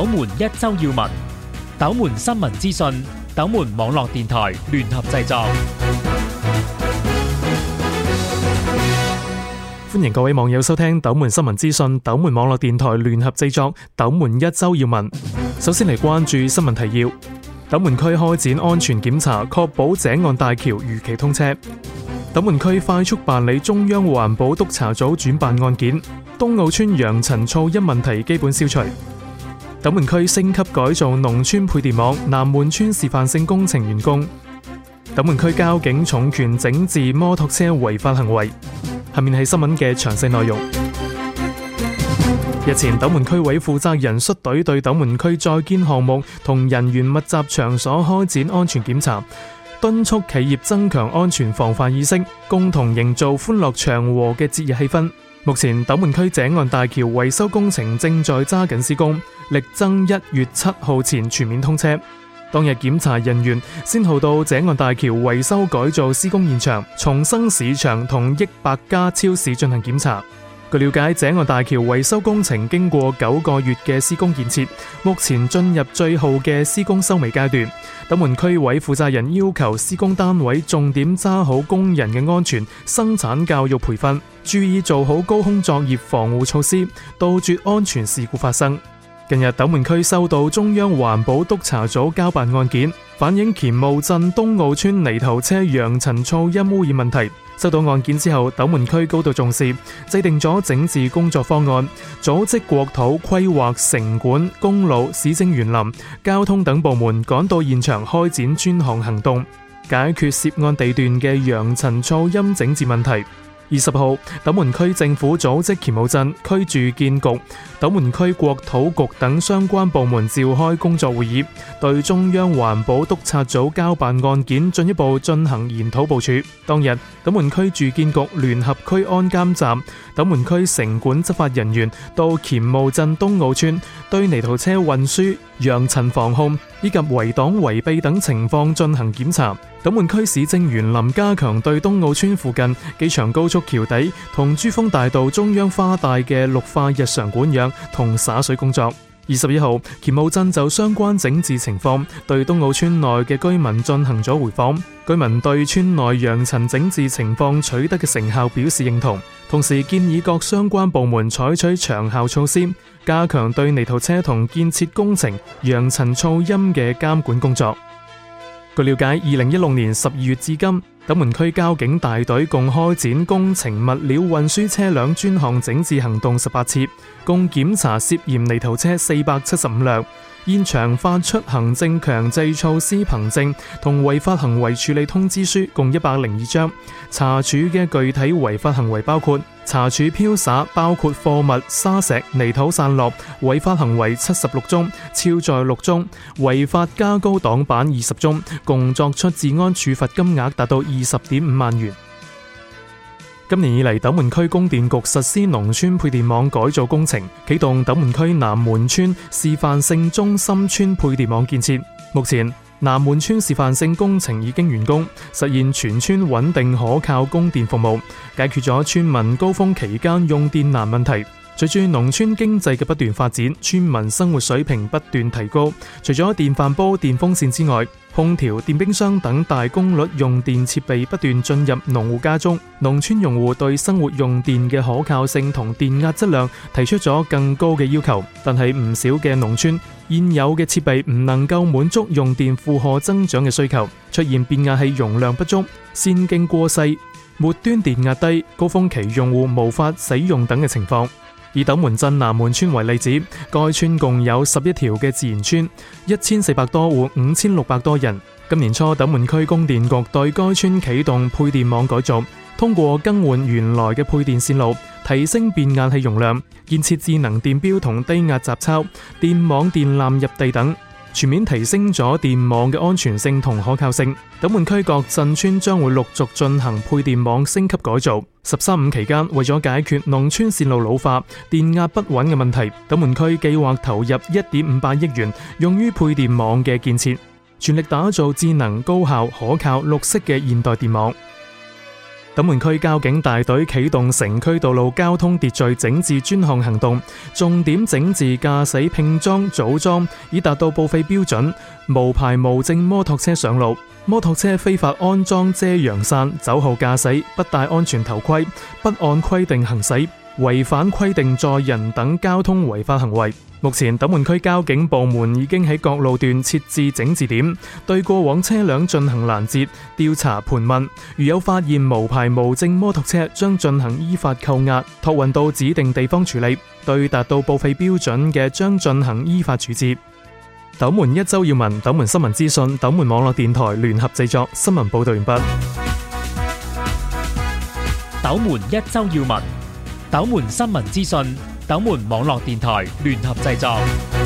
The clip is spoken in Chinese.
斗門一周要聞，斗門新聞資訊，斗門網絡電台聯合製作。 歡迎各位網友收聽斗門新聞資訊，斗門網絡電台聯合製作斗門一周要聞。首先嚟關注新聞提要。斗門區開展安全檢查，確保井岸大橋如期通車。斗門區快速辦理中央環保督察組轉辦案件，東澳村揚塵噪音問題基本消除。斗門區升級改造農村配電網，南門村示範性工程完工。斗門區交警重拳整治摩托車違法行為。下面係新聞嘅詳細內容。日前，斗門區委負責人率隊對斗門區在建項目同人員密集場所開展安全檢查，敦促企業增強安全防範意識，共同營造歡樂祥和嘅節日氣氛。目前，斗門區井岸大橋維修工程正在揸緊施工，力爭1月7號前全面通車。當日檢查人員先後到井岸大橋維修改造施工現場、松生市場同益百家超市進行檢查。據了解，井岸大橋維修工程經過9個月嘅施工建設，目前進入最後嘅施工收尾階段。斗門區委負責人要求施工單位重點揸好工人嘅安全、生產教育培訓，注意做好高空作業防護措施，杜絕安全事故發生。近日，斗門區收到中央環保督察組交辦案件，反映乾務鎮東澳村泥頭車揚塵噪音污染問題。收到案件之後，斗門區高度重視，制定咗整治工作方案，組織國土規劃、城管、公路、市政園林、交通等部門趕到現場開展專項行動，解決涉案地段嘅揚塵噪音整治問題。20號，斗門區政府組織乾務鎮區住建局、斗門區國土局等相關部門召開工作會議，對中央環保督察組交辦案件進一步進行研討部署。當日，斗門區住建局聯合區安監站、斗門區城管執法人員到乾務鎮東澳村，對泥頭車運輸、揚塵防控以及圍擋圍蔽等情況進行檢查。斗門區市政園林加強對東澳村附近機場高速橋底同珠峰大道中央花帶嘅綠化日常管養同灑水工作。21號，乾務鎮就相關整治情況對東澳村內嘅居民進行咗回訪，居民對村內揚塵整治情況取得嘅成效表示認同，同時建議各相關部門採取長效措施，加強對泥頭車同建設工程揚塵噪音嘅監管工作。據了解，2016年12月至今，斗門區交警大隊共開展工程物料運輸車輛專項整治行動18次，共檢查涉嫌泥頭車475輛，現場發出行政強制措施憑證同違法行為處理通知書共102張。查處嘅具體違法行為包括查處飄灑包括貨物、沙石、泥土散落違法行為76宗，超載6宗，違法加高擋板20宗，共作出治安處罰金額達到20.5萬元。今年以嚟，斗門區供電局實施農村配電網改造工程，啟動斗門區南門村示範性中心村配電網建設。目前，南門村示範性工程已經完工，實現全村穩定可靠供電服務，解決咗村民高峰期間用電難問題。隨住農村經濟嘅不斷發展，村民生活水平不斷提高，除咗電飯煲、電風扇之外，空調、電冰箱等大功率用電設備不斷進入農戶家中，農村用戶對生活用電嘅可靠性同電壓質量提出咗更高嘅要求。但係唔少嘅農村現有嘅設備唔能夠滿足用電負荷增長嘅需求，出現變壓器容量不足、線徑過細、末端電壓低、高峰期用戶無法使用等嘅情況。以斗門鎮南門村為例子，該村共有11條嘅自然村，1400多戶，5600多人。今年初，斗門區供電局對該村啟動配電網改造，通過更換原來嘅配電線路，提升變壓器容量，建設智能電錶同低壓集抄、電網電纜入地等，全面提升咗電網嘅安全性同可靠性。斗門區各鎮村將會陸續進行配電網升級改造。13.5期間，為咗解決農村線路老化、電壓不穩嘅問題，斗門區計劃投入1.58億元用於配電網嘅建設，全力打造智能、高效、可靠、綠色嘅現代電網。 斗門區交警大隊啟動城區道路交通秩序整治專項行動，重點整治駕駛拼裝組裝，以達到報廢標準。無牌無證摩托車上路，摩托車非法安裝遮陽傘，酒後駕駛，不戴安全頭盔，不按規定行駛，違反規定載人等交通違法行為。目前斗門區交警部門已經喺各路段設置整治點，對過往車輛進行攔截、調查盤問，如有發現無牌無證摩托車，將進行依法扣押，託運到指定地方處理，對達到報廢標準嘅將進行依法處置。斗門一周要聞，斗門新聞資訊，斗門網絡電台聯合製作，新聞報道完畢。 斗門一周要聞，斗門新聞資訊，斗門網絡電台聯合製作。